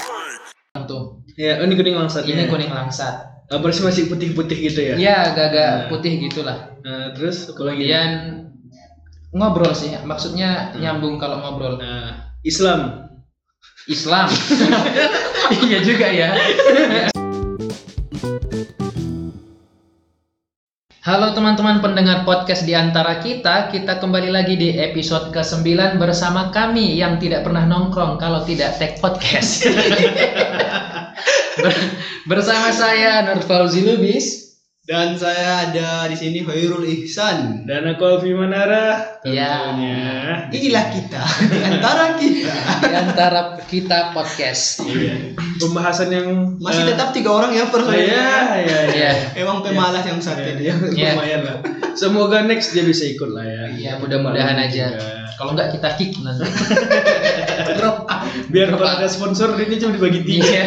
Tuh. Ya, ini kuning langsat. Ini kuning langsat. Apa sih masih putih-putih gitu ya? Iya, agak-agak putih gitulah. Terus kemudian ngobrol sih, maksudnya nyambung kalau ngobrol. Islam. Iya juga ya. Halo teman-teman pendengar podcast di antara kita kembali lagi di episode ke-9 bersama kami yang tidak pernah nongkrong kalau tidak tag podcast. Bersama saya Nur Fauzi Lubis dan saya ada di sini Khairul Ihsan dan aku Alfi Manara. Iya. Inilah kita di antara kita podcast. Iya. Pembahasan yang masih tetap 3 orang ya per hari. Iya. Emang pemalas yang satu ini. Lumayan lah. Semoga next dia bisa ikut lah ya. Iya, mudah-mudahan aja. Kalau enggak kita kick nanti. Biar kalau ada sponsor ini cuma dibagi 3. Iya.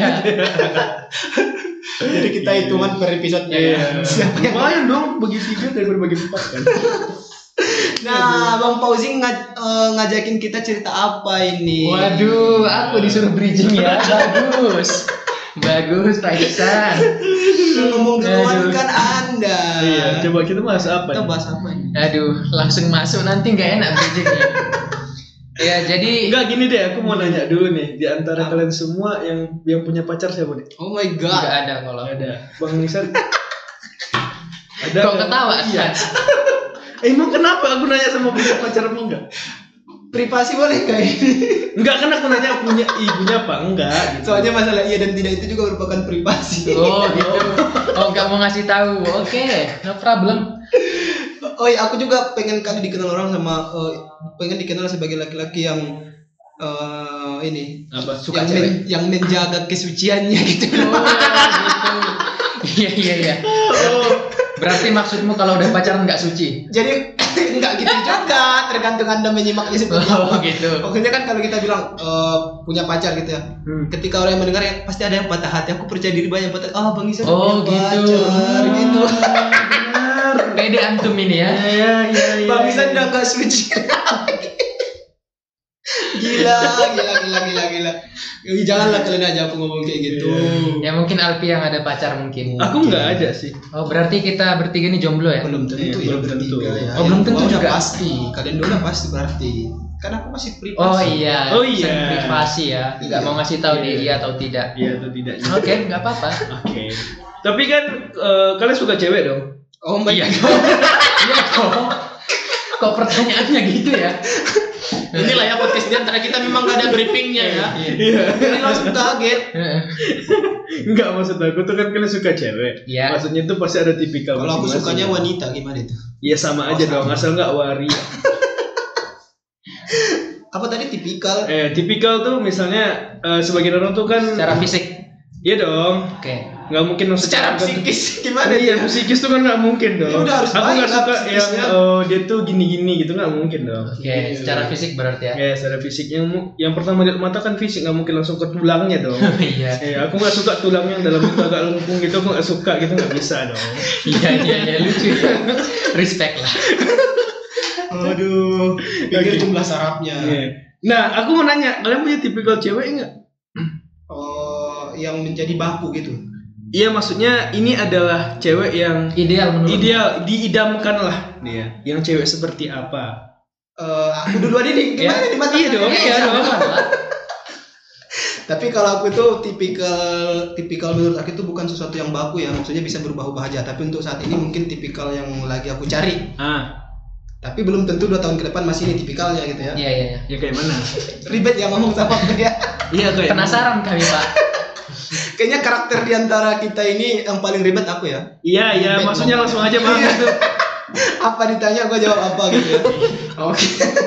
Jadi kita hitungan per episode-nya. Iya. Lumayan dong bagi 3 daripada bagi 4 kan. Nah, Bang Fauzi ngajakin kita cerita apa ini? Waduh, aku disuruh bridging ya. Bagus Pak Ihsan. Ngomong duluan kan Anda. Iya, coba kita bahas apa? Kita bahas apa ini? Aduh, langsung masuk nanti nggak enak bridgingnya. Ya, jadi enggak gini deh, aku mau nanya dulu nih, di antara kalian semua yang punya pacar siapa nih? Oh my god. Enggak ada kalau. Ada. Bang Nisan. Ada. Kok ketawa? Iya. Emang kenapa aku nanya sama punya pacar apa enggak? Privasi boleh gak ini? Enggak, kan aku nanya punya ibunya apa enggak gitu. Soalnya masalah iya dan tidak itu juga merupakan privasi. Oh gitu. Oh nggak mau ngasih tahu. Oke, no problem. Oh iya, aku juga pengen kali dikenal orang sama pengen dikenal sebagai laki-laki yang ini apa? Suka cewek yang menjaga kesuciannya gitu. Oh gitu. Iya. Oh, berarti maksudmu kalau udah pacaran nggak suci? Jadi nggak gitu juga, tergantung Anda menyimaknya seperti apa. Gitu. Pokoknya kan kalau kita bilang punya pacar gitu ya, ketika orang yang mendengar ya pasti ada yang patah hati. Aku percaya diri banyak patah. Oh Bang Isa punya pacar gitu. Benar. Pede antum ini ya. Iya. Bang Isa udah nggak suci. Gila. Janganlah kalian aja aku ngomong kayak gitu. Ya mungkin Alpi yang ada pacar mungkin. Aku enggak ada sih. Oh berarti kita bertiga ini jomblo ya? Belum tentu Iya, ya, belum tentu. bertiga ya. Oh, belum tentu udah juga. pasti. Kalian dulu pasti berarti. Karena aku masih privasi. Oh iya. Iya. Privasi ya. Nggak mau ngasih tahu dia iya atau tidak. Iya atau tidak. Oke, nggak apa-apa. Oke. Tapi kan kalian suka cewek dong? Oh my Iya. god. Iya kok pertanyaannya gitu ya? Inilah ya podcast di antara kita memang gak ada briefingnya ya. Iya. Ini langsung kaget. Enggak, maksud aku tuh kan kalian suka cewek. Iya. Maksudnya tuh pasti ada tipikal. Kalau aku masing-masing. sukanya wanita gimana itu? Iya sama aja dong, asal enggak waria. Apa tadi tipikal? Tipikal tuh misalnya sebagian orang tuh kan Secara fisik. Iya dong. Oke. Nggak mungkin Secara psikis gimana Iya, ya? psikis tuh kan nggak mungkin dong. Udah harus aku nggak baik suka lah yang psikisnya. dia tuh gini-gini gitu, nggak mungkin dong. Oke, secara fisik berarti ya. Ya, secara fisik yang pertama lihat mata kan fisik, nggak mungkin langsung ke tulangnya dong. Iya. Aku nggak suka tulang yang dalam itu agak lengkung gitu, aku nggak suka gitu, nggak bisa dong. Iya lucu ya. Respect lah. Aduh, pikir jumlah sarafnya. Iya. Nah, aku mau nanya, kalian punya tipikal cewek nggak? Oh, yang menjadi baku gitu. Iya, maksudnya ini adalah cewek yang Ideal menurut. diidamkan lah dia. Yang cewek seperti apa? Aku duluan ini gimana Ya, di mata? iya dong, iya dong. Tapi kalau aku itu tipikal menurut aku itu bukan sesuatu yang baku ya, maksudnya bisa berubah-ubah aja. Tapi untuk saat ini mungkin tipikal yang lagi aku cari. Tapi belum tentu 2 tahun ke depan masih ini tipikalnya gitu ya. Iya. Ya kayak mana? Ribet ya ngomong sama aku ya. Iya kayak. Penasaran kami Pak. Kayaknya karakter di antara kita ini yang paling ribet aku ya. Iya, Ribet maksudnya ngomong. langsung aja Bang gitu. Apa ditanya gue jawab apa gitu ya. Oke.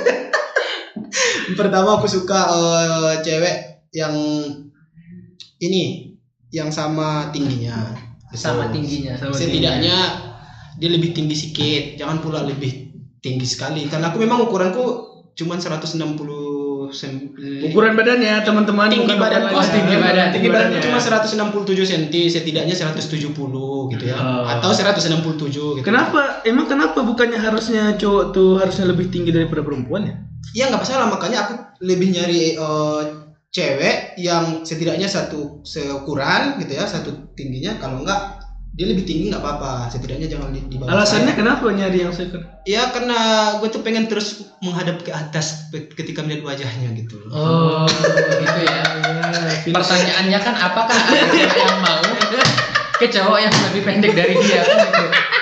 Pertama aku suka cewek yang ini yang sama tingginya. Sama tingginya. Setidaknya dia lebih tinggi sedikit, jangan pula lebih tinggi sekali. Karena aku memang ukuranku cuman 160 Ukuran badannya teman-teman. tinggi badanku tinggi badan. tinggi badanku cuma 167 cm, setidaknya 170 gitu ya. Atau 167 gitu. Kenapa bukannya harusnya cowok tuh harusnya lebih tinggi daripada perempuan ya? Iya nggak masalah, makanya aku lebih nyari cewek yang setidaknya satu seukuran gitu ya, satu tingginya, kalau enggak dia lebih tinggi nggak apa-apa, setidaknya jangan di bawah. Alasannya saya. kenapa nyari yang seukur? Ya karena gue tuh pengen terus menghadap ke atas ketika melihat wajahnya gitu. Oh, gitu ya. Pertanyaannya kan apakah ada cewek yang mau ke cowok yang lebih pendek dari dia kan gitu.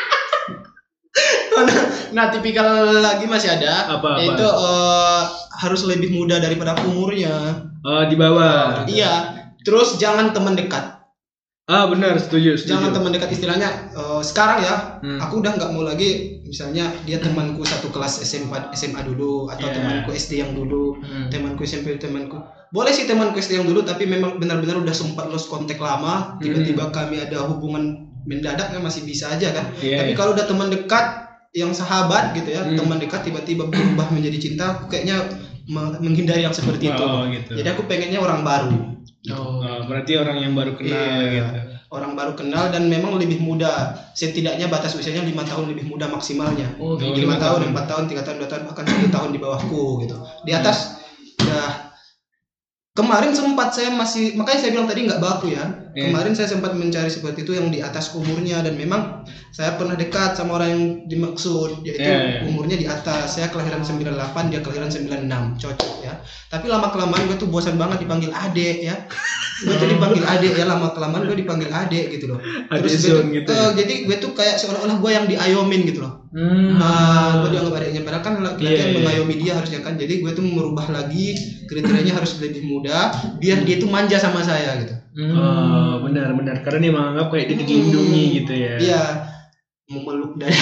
Nah, tipikal lagi masih ada, Apa? yaitu harus lebih muda daripada umurnya. Di bawah. Iya. Terus jangan teman dekat. Benar, setuju. Jangan teman dekat, istilahnya sekarang ya, aku udah nggak mau lagi misalnya dia temanku satu kelas SMA dulu, atau temanku SD yang dulu, temanku SMP, temanku. Boleh sih temanku SD yang dulu, tapi memang benar-benar udah sempat lost kontak lama, tiba-tiba kami ada hubungan mendadak kan masih bisa aja kan. Tapi kalau udah teman dekat yang sahabat gitu ya, teman dekat tiba-tiba berubah menjadi cinta, aku kayaknya menghindari yang seperti itu. Gitu. Jadi aku pengennya orang baru. Berarti orang yang baru kenal gitu. Orang baru kenal dan memang lebih muda. Setidaknya batas usianya 5 tahun lebih muda maksimalnya. 5 tahun, 4 tahun, 3 tahun, 2 tahun, bahkan 1 tahun di bawahku gitu. Di atas udah. Kemarin sempat saya masih, makanya saya bilang tadi nggak baku ya. Kemarin saya sempat mencari seperti itu yang di atas umurnya, dan memang saya pernah dekat sama orang yang dimaksud, yaitu umurnya di atas. Saya kelahiran 98, dia kelahiran 96, cocok ya. Tapi lama-kelamaan gue tuh bosan banget dipanggil adek ya. Gue tuh dipanggil adek ya, lama-kelamaan gue dipanggil adek gitu loh. Terus gitu. Jadi gue tuh kayak seolah-olah gue yang diayomin gitu loh. Gue dianggap adeknya, padahal kan laki-laki yang mengayomi dia harusnya kan. Jadi gue tuh merubah lagi kriterianya, harus lebih muda biar dia tuh manja sama saya gitu. Benar, karena dia menganggap kayak dia dilindungi gitu ya. Iya, memeluk dada.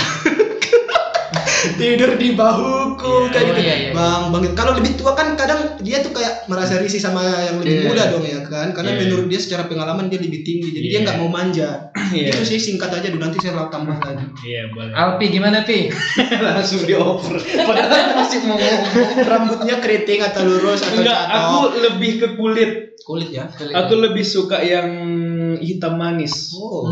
Tidur di bahuku kayak gitu. Bang, kalau lebih tua kan kadang dia tuh kayak merasa risih sama yang lebih muda dong ya kan, karena menurut dia secara pengalaman dia lebih tinggi, jadi dia nggak mau manja. Itu sih singkat aja dulu, nanti saya tambah lagi. Boleh. Alpi gimana Pi? Langsung dioper. Padahal masih mau ngomong rambutnya keriting atau lurus atau enggak, aku lebih ke kulit ya. Aku lebih suka yang hitam manis.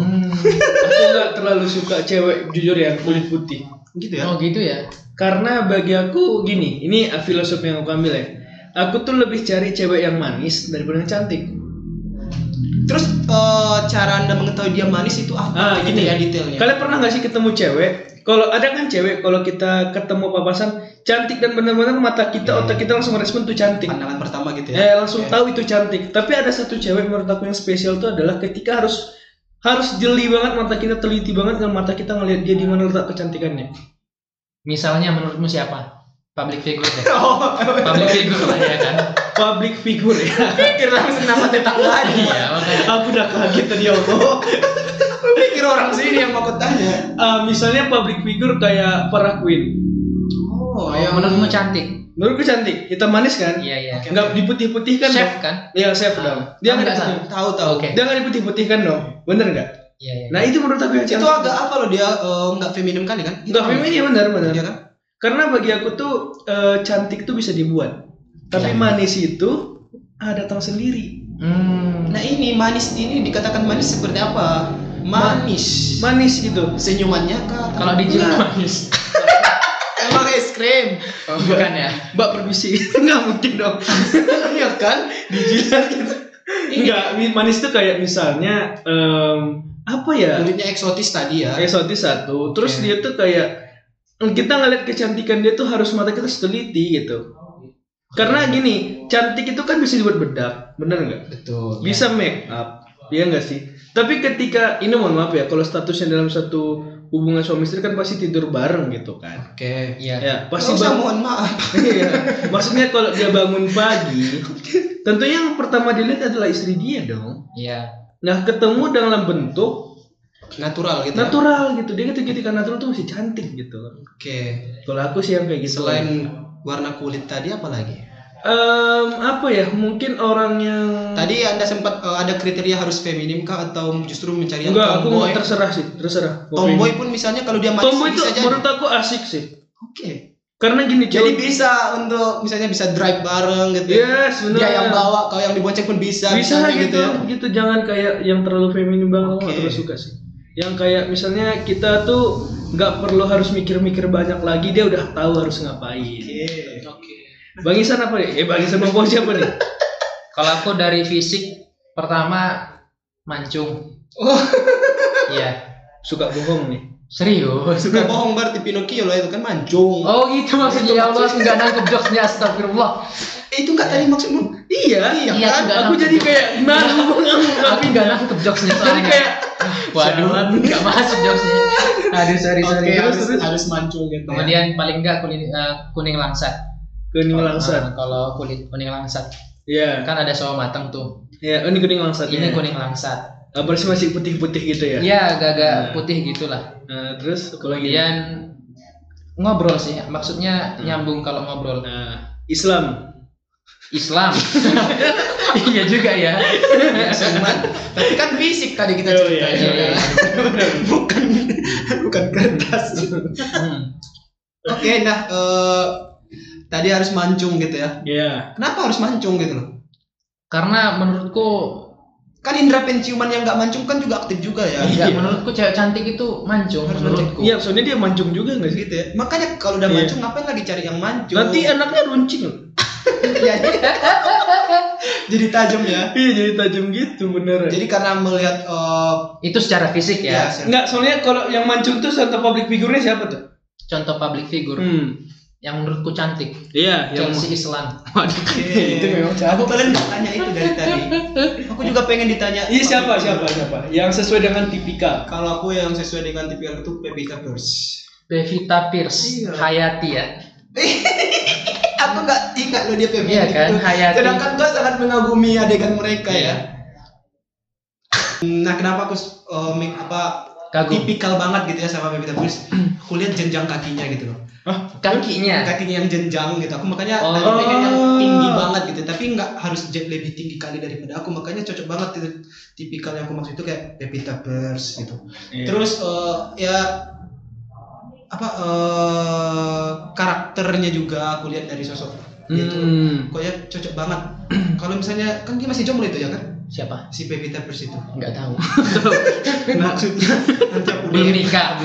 Aku nggak terlalu suka cewek jujur yang kulit putih. Gitu ya. Oh gitu ya. Karena bagi aku gini, ini filosofi yang aku ambil ya. Aku tuh lebih cari cewek yang manis daripada yang cantik. Terus cara Anda mengetahui dia manis itu apa? Gini ya detailnya. Kalian pernah nggak sih ketemu cewek? Kalau ada kan cewek, kalau kita ketemu papasan cantik dan benar-benar mata kita, otak kita langsung respon tuh cantik. Pandangan pertama gitu ya. Langsung tahu itu cantik. Tapi ada satu cewek menurut aku yang spesial tuh adalah ketika harus jeli banget mata kita, teliti banget dengan mata kita ngelihat dia di mana letak kecantikannya. Misalnya menurutmu siapa? Public figure deh. Public figure lah ya kan. Public figure ya. Pikir langsung nama tetangga Iya, makanya. Aku udah kaget tadi Allah. Pikir orang sini yang mau tanya. Misalnya public figure kayak para queen. Yang menurutmu cantik? Menurutku cantik, hitam manis kan? Iya. Enggak diputih-putihkan. Chef kan? Iya, chef dong. Dia enggak tahu. Dia enggak diputih-putihkan dong. Bener enggak? Iya. Nah, itu menurut aku yang cantik. Itu agak apa loh, dia enggak feminim kali kan? Enggak feminim, benar. Iya kan? Karena bagi aku tuh cantik tuh bisa dibuat. Tapi manis itu datang sendiri. Nah, ini manis ini dikatakan manis seperti apa? Manis gitu. Senyumannya kah? Kalau dijilat manis. Emang es krim? Bukan ya? Mbak permisi. Enggak mungkin dong. Iya kan? Dijilat gitu. Enggak, manis tuh kayak misalnya apa ya? Kulitnya eksotis tadi ya. Eksotis satu. Terus dia tuh kayak kita ngeliat kecantikan dia tuh harus mata kita teliti gitu. Karena gini, cantik itu kan bisa dibuat bedak, bener nggak? Betul. Bisa make up, iya nggak sih? Tapi ketika ini mohon maaf ya, kalau statusnya dalam satu hubungan suami istri kan pasti tidur bareng gitu kan? Oke. Iya. Ya, pasti mohon maaf. Iya. Maksudnya kalau dia bangun pagi, tentunya yang pertama dilihat adalah istri dia dong. Iya. Nah, ketemu dalam bentuk natural gitu. Dia ketika natural tuh masih cantik gitu. Oke. Kalau aku sih yang kayak gitu. Selain warna kulit tadi apa lagi? Apa ya? Mungkin orang yang tadi Anda sempat ada kriteria harus feminim kah atau justru mencari yang enggak, tomboy? Aku terserah. Tomboy pun misalnya kalau dia manis tomboy bisa itu menurut aku asik sih. Oke. Karena gini, jadi bisa untuk misalnya bisa drive bareng gitu. Yes, benar. Dia yang bawa, kalau yang dibonceng pun bisa. Bisa gitu ya. Gitu, jangan kayak yang terlalu feminim banget. Aku terlalu suka sih. Yang kayak misalnya kita tuh nggak perlu harus mikir-mikir banyak lagi, dia udah tahu harus ngapain. Oke. Bang Isan apa nih? Bang Isan Bang siapa nih? Kalau aku dari fisik pertama mancung. Oh, Iya. Suka bohong nih. Serius. suka bohong berarti Pinocchio lah itu kan mancung. Oh gitu maksudnya, ya Allah, aku nggak nangkep jokesnya, astagfirullah. Itu enggak tadi maksudmu? Iya, Iya, kan? nggak Aku nangkep jadi jokes. kayak Aku nggak nangkep jokesnya Jadi soalnya. kayak Waduh, nggak masuk jokesnya. Aduh, sorry. Oke, terus. harus mancung gitu. Ya. Kemudian paling nggak kuning langsat. kuning langsat. Kalau kulit kuning langsat, Iya. kan ada sawo matang tuh. Ya, ini kuning langsat. Ini kuning langsat. Apa sih masih putih-putih gitu ya? Iya, agak-agak putih gitulah. Nah, terus apa lagi? Kemudian ngobrol sih, maksudnya nyambung kalau ngobrol. Nah, Islam. Islam. Iya juga ya. Ya, cuman, tapi kan fisik tadi kita Oh, cerita. iya. bukan kertas. Oke, nah tadi harus mancung gitu ya. Iya. Kenapa harus mancung gitu loh? Karena menurutku, Kan indera penciuman yang nggak mancung kan juga aktif juga ya. enggak, menurutku cewek cantik itu mancung Harus menurutku. Iya, soalnya dia mancung juga nggak sih? Gitu ya. Makanya kalau udah Iya. mancung ngapain lagi cari yang mancung? Nanti anaknya runcing. Ya, jadi tajam ya. Iya, jadi tajam gitu bener. Jadi karena melihat Itu secara fisik ya. Enggak, soalnya kalau yang mancung tuh contoh public figure-nya siapa tuh? Contoh public figure yang menurutku cantik. Iya, yang Chelsea Islan. itu memang Aku kalian tanya itu dari tadi. Aku juga pengen ditanya. Iya, siapa? Yang sesuai dengan tipikal. Kalau aku yang sesuai dengan tipikal itu Pevita Pierce. Pevita Pierce, Iya. Hayati ya. Aku nggak ingat loh dia Pevita. Iya kan, Hayati. Sedangkan gue sangat mengagumi adegan mereka Iya. ya. Nah, kenapa aku Kagum. tipikal banget gitu ya sama Pevita Pierce? Aku lihat jenjang kakinya gitu loh. Kakinya. Kakinya yang jenjang gitu. Aku makanya Oh. tadi pengen yang tinggi banget gitu. Tapi nggak harus lebih tinggi kali daripada aku. Makanya cocok banget itu tipikal yang aku maksud itu kayak Pevita Pierce gitu. Iya. Terus karakternya juga aku lihat dari sosok gitu. Pokoknya cocok banget. Kalau misalnya kan dia masih jomblo itu ya kan? Siapa? Si Pevita Pierce itu. Enggak tahu. Maksudnya nanti aku Belum nikah.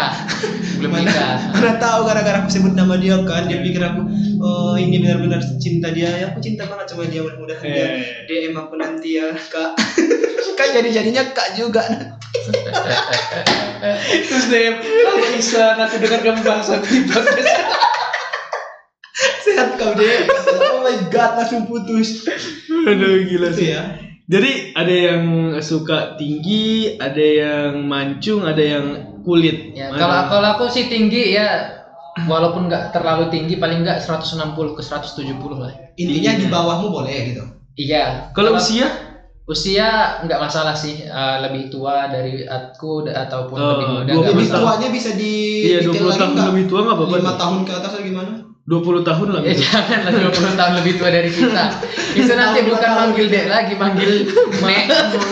Mana tahu gara-gara aku sebut nama dia kan dia pikir aku ini benar-benar cinta dia ya, aku cinta banget sama dia, mudah-mudahan dia DM aku nanti ya kak. Kan jadinya kak juga. Terus deh, kalau bisa aku dengar kamu bahasa di podcast. Sehat kau deh. Oh my god, langsung putus. Aduh, gila Gitu sih. ya. Jadi ada yang suka tinggi, ada yang mancung, ada yang kulit. Ya, Mana? kalau aku sih tinggi ya, walaupun nggak terlalu tinggi, paling nggak 160 ke 170 lah. Intinya di bawahmu boleh gitu. Iya. Kalau usia? Usia nggak masalah sih, lebih tua dari aku ataupun Oh, lebih muda 20 nggak Lebih masalah. tuanya bisa di Iya, detail 20 lagi tahun nggak? lebih tua nggak apa-apa. 5 tahun ke atas atau gimana? 20 tahun lah. Ya janganlah 20 tahun lebih tua dari kita. Itu nanti Tahun, bukan tahun. manggil dek lagi, manggil nek.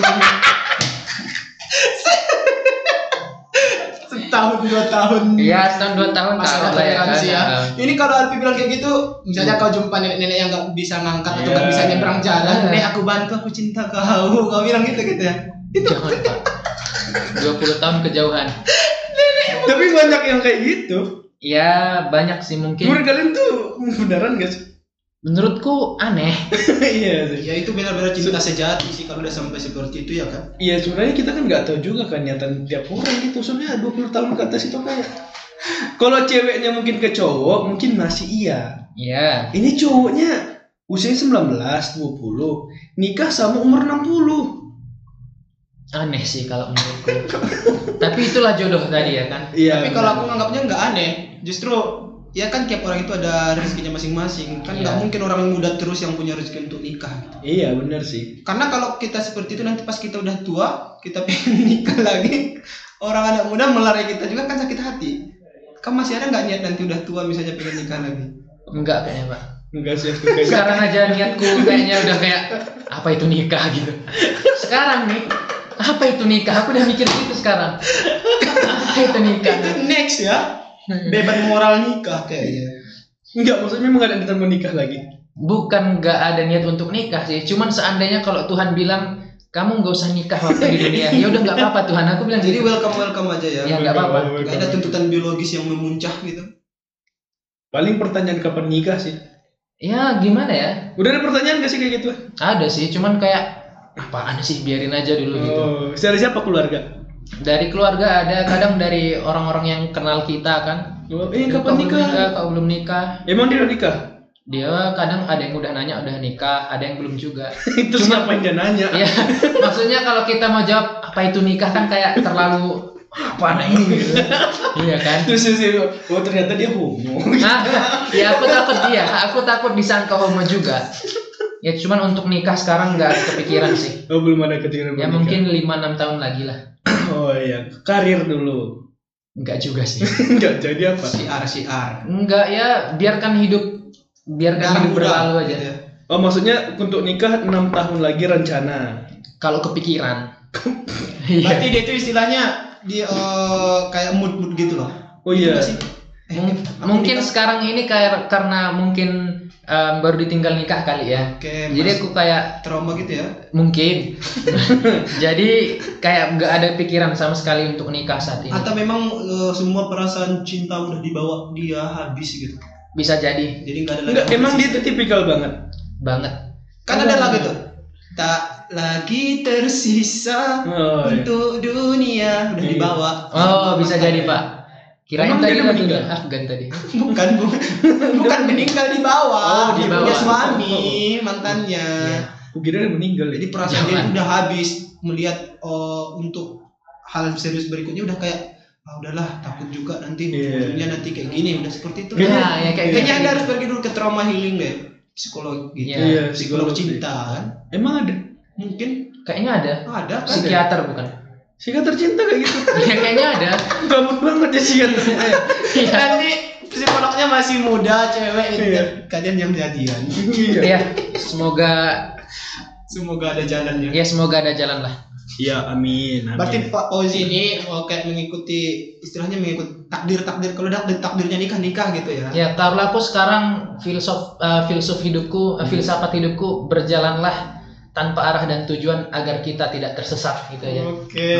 Setahun 2 tahun. Iya, setahun 2 tahun Masih taruh ada lah ya kan. toleransi ya. Ini kalau Alfi bilang kayak gitu, misalnya kau jumpa nenek-nenek yang nggak bisa ngangkat atau nggak Iya. bisa nyebrang jalan, nek aku bantu, aku cinta kau bilang gitu ya. Jangan Pak. 20 tahun kejauhan. Tapi banyak yang kayak gitu. Ya banyak sih mungkin. Menurut kalian tuh beneran gak sih? Menurutku aneh. Iya sih. Ya itu benar-benar cinta sejati sih kalau udah sampai seperti itu ya kan. Iya, sebenarnya kita kan nggak tahu juga kan niatan tiap orang gitu. Soalnya 20 tahun ke atas itu kayak kalau ceweknya mungkin ke cowok mungkin masih iya. Iya. Ini cowoknya usianya 19, 20, nikah sama umur 60. Aneh sih kalau menurutku. Tapi itulah jodoh tadi ya kan. Iya. Tapi kalau aku nganggapnya nggak aneh, justru ya kan tiap orang itu ada rezekinya masing-masing. Kan nggak Iya. mungkin orang muda terus yang punya rezeki untuk nikah. Iya, benar sih. Karena kalau kita seperti itu nanti pas kita udah tua, kita pengen nikah lagi, orang anak muda melarang kita juga kan sakit hati. Kamu masih ada nggak niat nanti udah tua misalnya pengen nikah lagi? Enggak kayaknya Pak. Enggak sih aku kayak Sekarang aja niatku kayaknya udah kayak apa itu nikah gitu. Sekarang nih, apa itu nikah? Aku udah mikir gitu sekarang. Apa itu nikah? Itu next ya, beban moral nikah kayaknya. enggak, maksudnya memang ada niatan mau nikah lagi. Bukan nggak ada niat untuk nikah sih. Cuman seandainya kalau Tuhan bilang kamu nggak usah nikah waktu di dunia, ya udah nggak apa-apa Tuhan. Aku bilang Jadi gitu. welcome aja ya. Ya nggak apa-apa. Nggak ada tuntutan biologis yang memuncak gitu. Paling pertanyaan kapan nikah sih? Ya gimana ya? Udah ada pertanyaan gak sih kayak gitu? Ada sih, cuman kayak apaan sih, biarin aja dulu gitu. Dari siapa keluarga? Dari keluarga ada, kadang dari orang-orang yang kenal kita kan. Kapan nikah? Kau belum nikah. Emang dia udah nikah? Dia kadang ada yang udah nanya udah nikah, ada yang belum juga. Itu siapa yang dia nanya? Iya, maksudnya kalau kita mau jawab apa itu nikah kan kayak terlalu apa anak ini gitu. Iya kan? Terus ternyata dia homo. Nah, ya aku takut disangka homo juga. Ya cuman untuk nikah sekarang nggak kepikiran sih. Oh, belum ada kepikiran. Ya mungkin 5-6 tahun lagi lah. Oh iya, karir dulu. Enggak juga sih. Enggak jadi apa? Siar. Enggak ya, biarkan hidup berlalu aja. Gitu ya. Oh, maksudnya untuk nikah 6 tahun lagi rencana. Kalau kepikiran. Berarti dia itu istilahnya di kayak mood gitu loh. Oh iya. Mungkin sekarang ini kayak karena mungkin baru ditinggal nikah kali ya. Oke, jadi aku kayak trauma gitu ya. Mungkin. Jadi kayak nggak ada pikiran sama sekali untuk nikah saat ini. Atau memang semua perasaan cinta udah dibawa dia habis gitu. Bisa jadi. Jadi nggak ada lagi. Enggak, emang dia tuh tipikal banget. Kan ada lagu tuh. Tak lagi tersisa untuk dunia udah dibawa. Oh, bisa jadi, Pak. Kirain tadi lagunya Afgan tadi. Bukan meninggal dibawa. Dia punya suami, mantannya. Aku kira dia meninggal. Jadi perasaan dia udah habis melihat untuk hal serius berikutnya udah kayak udahlah, takut juga nanti ujungnya nanti kayak gini, udah seperti itu. Kayaknya Anda harus pergi dulu ke trauma healing deh. Psikolog gitu. Iya, psikolog cinta kan. Emang ada? Mungkin kayaknya ada. Ada kan? Psikiater bukan? Psikiater cinta kayak gitu. Iya, kayaknya ada. Gampang banget ya psikiaternya. Nanti psikolognya masih muda, cewek itu kalian yang jadian. Iya, semoga ada jalannya. Ya, semoga ada jalan lah. Iya, amin. Berarti Pak Fauzi ini kayak mengikuti istilahnya mengikut takdir. Kalau takdirnya nikah gitu ya. Ya, taruhlah aku sekarang filsuf hidupku, filsafat hidupku berjalanlah tanpa arah dan tujuan agar kita tidak tersesat gitu ya. Oke.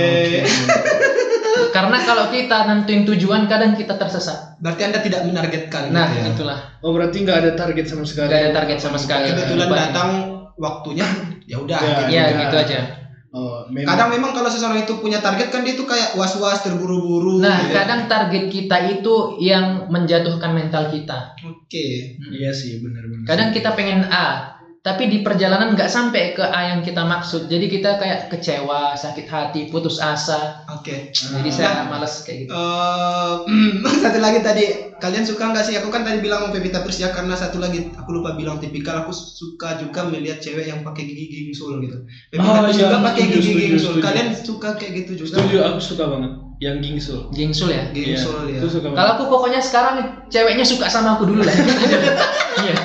Karena kalau kita nentuin tujuan kadang kita tersesat. Berarti Anda tidak menargetkan Nah, gitu ya. itulah. Oh, berarti nggak ada target sama sekali. Nggak ada target sama sekali. Kebetulan datang waktunya ya udah gitu aja. Oh, kadang memang kalau seseorang itu punya target kan dia itu kayak was-was, terburu-buru. Nah, gitu. kadang target kita itu yang menjatuhkan mental kita. Oke. Iya sih, benar-benar. Kadang kita pengen A, tapi di perjalanan nggak sampai ke A yang kita maksud. Jadi kita kayak kecewa, sakit hati, putus asa. Oke. Jadi saya malas kayak gitu. Satu lagi tadi, kalian suka nggak sih? Aku kan tadi bilang Pevita Pierce ya, karena satu lagi aku lupa bilang tipikal. Aku suka juga melihat cewek yang pakai gigi gingsul gitu. Pevita Pierce juga pakai gigi gingsul. Kalian suka kayak gitu juga? Setuju, aku suka banget. Yang gingsul. Gingsul ya? Gingsul ya. Kalau aku pokoknya sekarang ceweknya suka sama aku dulu lah. Iya.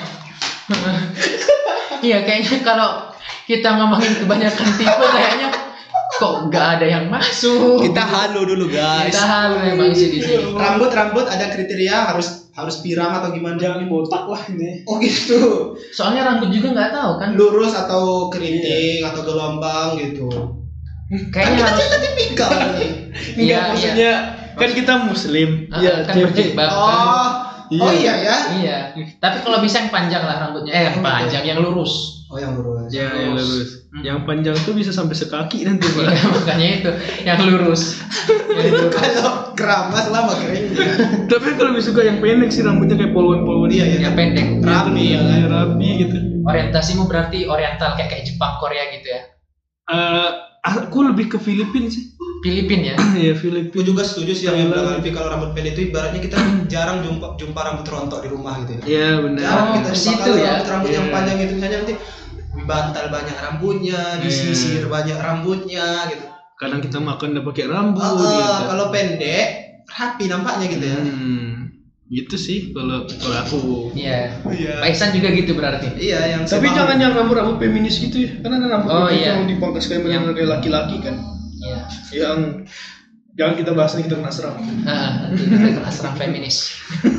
Iya, kayaknya kalau kita ngomongin kebanyakan tipe kayaknya kok nggak ada yang masuk. Kita halu dulu guys. Kita halu emang sih di sini. Rambut ada kriteria harus pirang atau gimana? Jangan botak lah ini. Oh gitu. Soalnya rambut juga nggak tahu kan. Lurus atau keriting atau gelombang gitu. Kayaknya harus tipikal. Iya, maksudnya kan kita muslim. Iya, kan berjilbab kan. Oh iya ya. Iya. Tapi kalau bisa yang panjang lah rambutnya. Yang panjang, yang lurus. Oh yang lurus. Ya, yang lurus. Yang panjang tuh bisa sampai sekaki nanti, Pak. Iya, makanya itu yang lurus. Itu kalau keramas lama kering. Tapi kalau lebih suka yang pendek sih, rambutnya kayak polwan-polwan. Iya, Yang pendek. rapi ya kan. Rapi gitu. Orientasimu berarti oriental kayak Jepang, Korea gitu ya. Aku lebih ke Filipina sih. Filipina ya. Iya, Filipina. Aku juga setuju sih yang bilang Alfi, kalau rambut pendek itu ibaratnya kita jarang jumpa rambut rontok di rumah gitu ya. Iya, benar. Jarang kita jumpa situ kalau ya. rambut yang panjang itu misalnya nanti bantal banyak rambutnya, disisir banyak rambutnya gitu. Kadang kita makan udah pakai rambut gitu. Kalau pendek rapi nampaknya gitu ya. Gitu sih kalau aku. Iya. Pak Ihsan juga gitu berarti. Iya, yang Tapi jangan yang rambut feminis gitu ya. Karena ada rambut iya. yang dipangkas kayak kayak laki-laki kan. Iya. Yang jangan kita bahas nih, kita kena serang. Nanti kita kena serang feminis.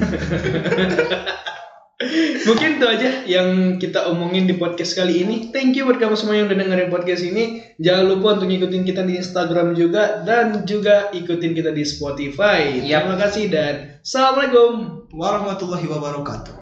Mungkin itu aja yang kita omongin di podcast kali ini. Thank you buat kamu semua yang udah dengerin podcast ini. Jangan lupa untuk ngikutin kita di Instagram juga, dan juga ikutin kita di Spotify. Yap. Terima kasih dan assalamualaikum warahmatullahi wabarakatuh.